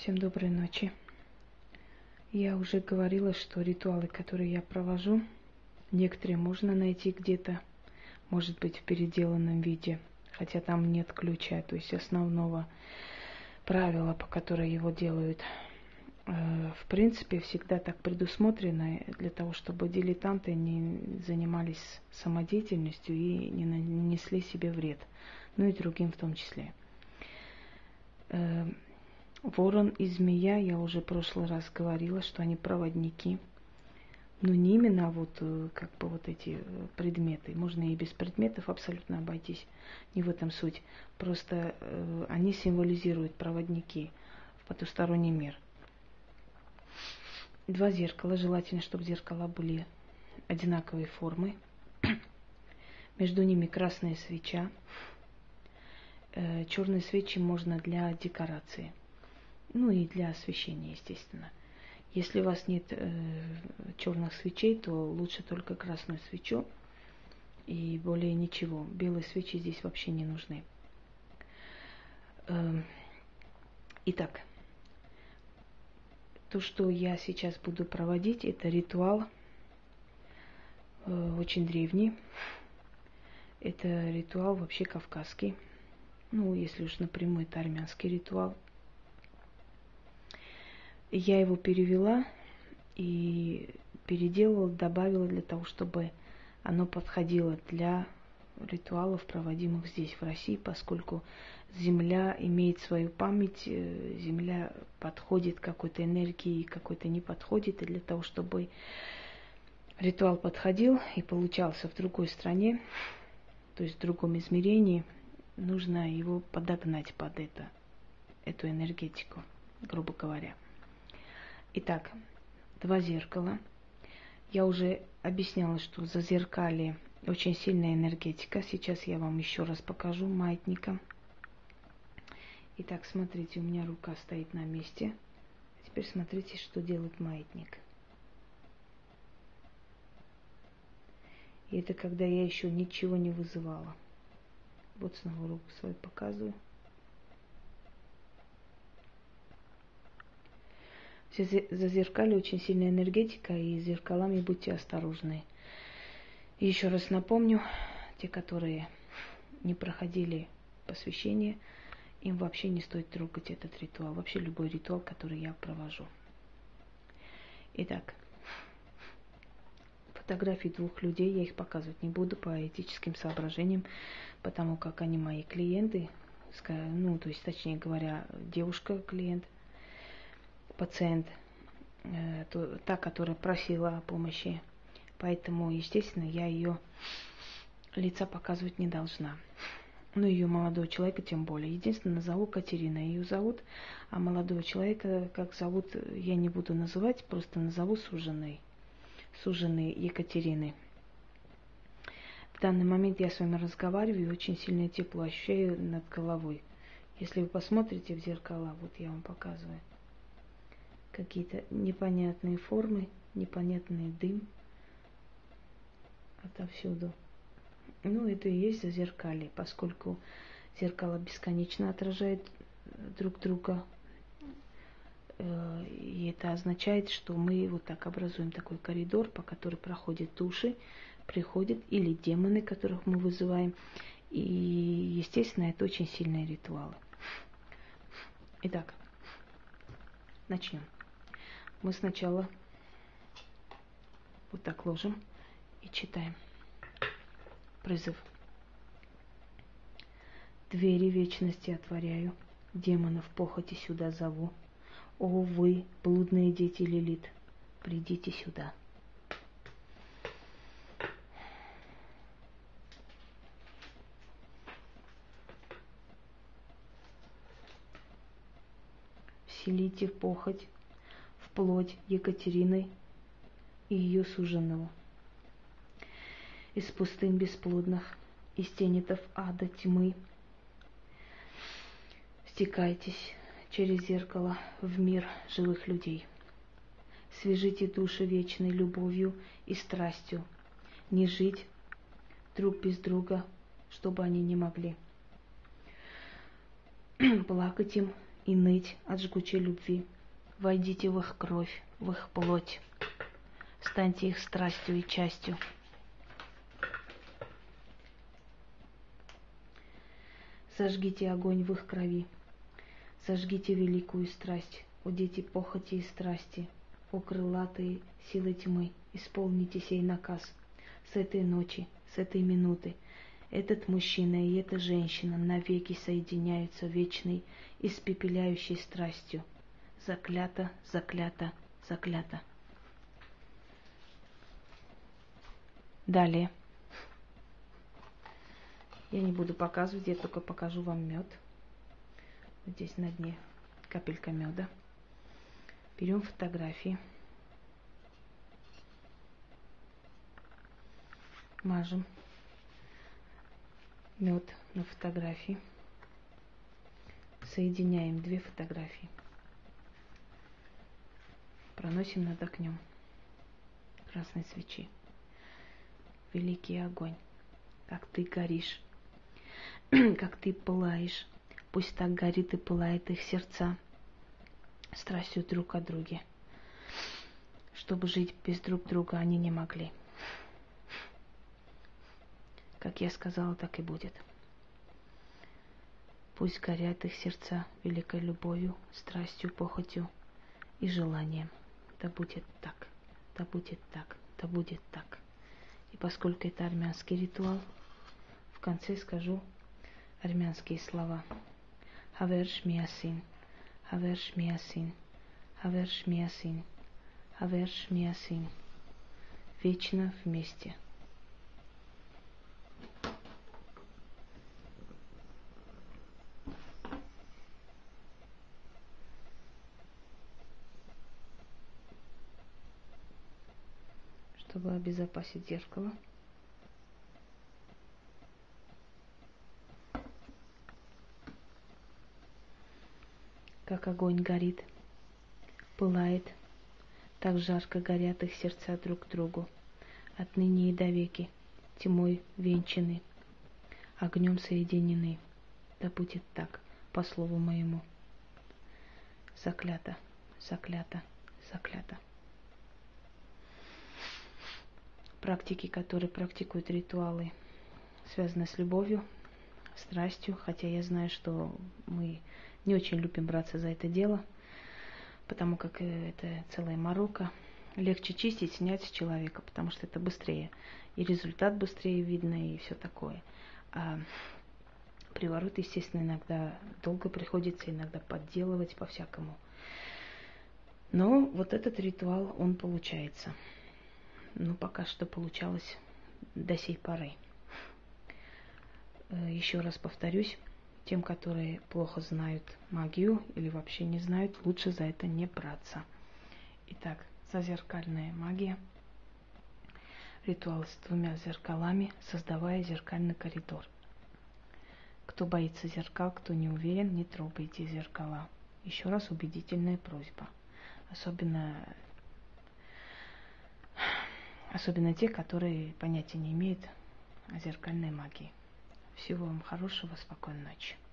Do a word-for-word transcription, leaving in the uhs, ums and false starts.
Всем доброй ночи. Я уже говорила, что ритуалы, которые я провожу, некоторые можно найти где-то, может быть, в переделанном виде, хотя там нет ключа, то есть основного правила, по которому его делают. В принципе, всегда так предусмотрено для того, чтобы дилетанты не занимались самодеятельностью и не нанесли себе вред, ну и другим в том числе. Ворон и змея, я уже в прошлый раз говорила, что они проводники. Но не именно вот как бы вот эти предметы. Можно и без предметов абсолютно обойтись. Не в этом суть. Просто э, они символизируют проводники в потусторонний мир. Два зеркала. Желательно, чтобы зеркала были одинаковой формы. Между ними красная свеча. Э, черные свечи можно для декорации. Ну и для освещения, естественно. Если у вас нет э, черных свечей, то лучше только красную свечу и более ничего. Белые свечи здесь вообще не нужны. Э, итак, то, что я сейчас буду проводить, это ритуал э, очень древний. Это ритуал вообще кавказский. Ну, если уж напрямую, это армянский ритуал. Я его перевела и переделала, добавила для того, чтобы оно подходило для ритуалов, проводимых здесь, в России, поскольку Земля имеет свою память, Земля подходит к какой-то энергии, какой-то не подходит, и для того, чтобы ритуал подходил и получался в другой стране, то есть в другом измерении, нужно его подогнать под это, эту энергетику, грубо говоря. Итак, два зеркала. Я уже объясняла, что за зеркалье очень сильная энергетика. Сейчас я вам еще раз покажу маятником. Итак, смотрите, у меня рука стоит на месте. А теперь смотрите, что делает маятник. И это когда я еще ничего не вызывала. Вот снова руку свою показываю. За зеркали очень сильная энергетика, и с зеркалами будьте осторожны. И еще раз напомню, те, которые не проходили посвящение, им вообще не стоит трогать этот ритуал. Вообще любой ритуал, который я провожу. Итак, фотографии двух людей, я их показывать не буду по этическим соображениям, потому как они мои клиенты, ну, то есть, точнее говоря, девушка-клиент, пациент, э, то, та, которая просила о помощи. Поэтому, естественно, я ее лица показывать не должна. Ну, ее молодого человека тем более. Единственное, назову Катерина, ее зовут, а молодого человека, как зовут, я не буду называть, просто назову суженой. Суженой Екатерины. В данный момент я с вами разговариваю и очень сильное тепло ощущаю над головой. Если вы посмотрите в зеркала, вот я вам показываю. Какие-то непонятные формы, непонятный дым отовсюду. Ну, это и есть зазеркалье, поскольку зеркала бесконечно отражают друг друга. И это означает, что мы вот так образуем такой коридор, по которому проходят души, приходят или демоны, которых мы вызываем. И, естественно, это очень сильные ритуалы. Итак, начнем. Мы сначала вот так ложим и читаем призыв. Двери вечности отворяю, демонов похоти сюда зову. О, вы, блудные дети Лилит, придите сюда. Вселите в похоть, в плоть Екатерины и ее суженого. Из пустынь бесплодных, из тенетов ада тьмы стекайтесь через зеркало в мир живых людей. Свяжите души вечной любовью и страстью, не жить друг без друга, чтобы они не могли. Плакать им и ныть от жгучей любви. Войдите в их кровь, в их плоть, станьте их страстью и частью. Зажгите огонь в их крови, зажгите великую страсть, о дети похоти и страсти, о крылатые силы тьмы, исполните сей наказ. С этой ночи, с этой минуты этот мужчина и эта женщина навеки соединяются вечной, испепеляющей страстью. Заклято, заклято, заклято. Далее. Я не буду показывать, я только покажу вам мед. Вот здесь на дне капелька меда. Берем фотографии. Мажем мед на фотографии. Соединяем две фотографии. Проносим над огнем красной свечи. Великий огонь, как ты горишь, как ты пылаешь. Пусть так горит и пылает их сердца страстью друг о друге. Чтобы жить без друг друга они не могли. Как я сказала, так и будет. Пусть горят их сердца великой любовью, страстью, похотью и желанием. Да будет так, да будет так, да будет так. И поскольку это армянский ритуал, в конце скажу армянские слова. Хаверш миасин, хаверш миасин, хаверш миасин, хаверш миасин. Вечно вместе. Чтобы обезопасить зеркало. Как огонь горит, пылает, так жарко горят их сердца друг к другу. Отныне и до веки тьмой венчаны, огнем соединены. Да будет так, по слову моему. Заклято, заклято, заклято. Практики, которые практикуют ритуалы, связаны с любовью, страстью, хотя я знаю, что мы не очень любим браться за это дело, потому как это целая морока. Легче чистить, снять с человека, потому что это быстрее. И результат быстрее видно, и все такое. А приворот, естественно, иногда долго приходится, иногда подделывать по-всякому. Но вот этот ритуал, он получается. Ну, пока что получалось до сей поры. Еще раз повторюсь, тем, которые плохо знают магию или вообще не знают, лучше за это не браться. Итак, зазеркальная магия. Ритуал с двумя зеркалами, создавая зеркальный коридор. Кто боится зеркал, кто не уверен, не трогайте зеркала. Еще раз убедительная просьба. Особенно Особенно те, которые понятия не имеют о зеркальной магии. Всего вам хорошего, спокойной ночи.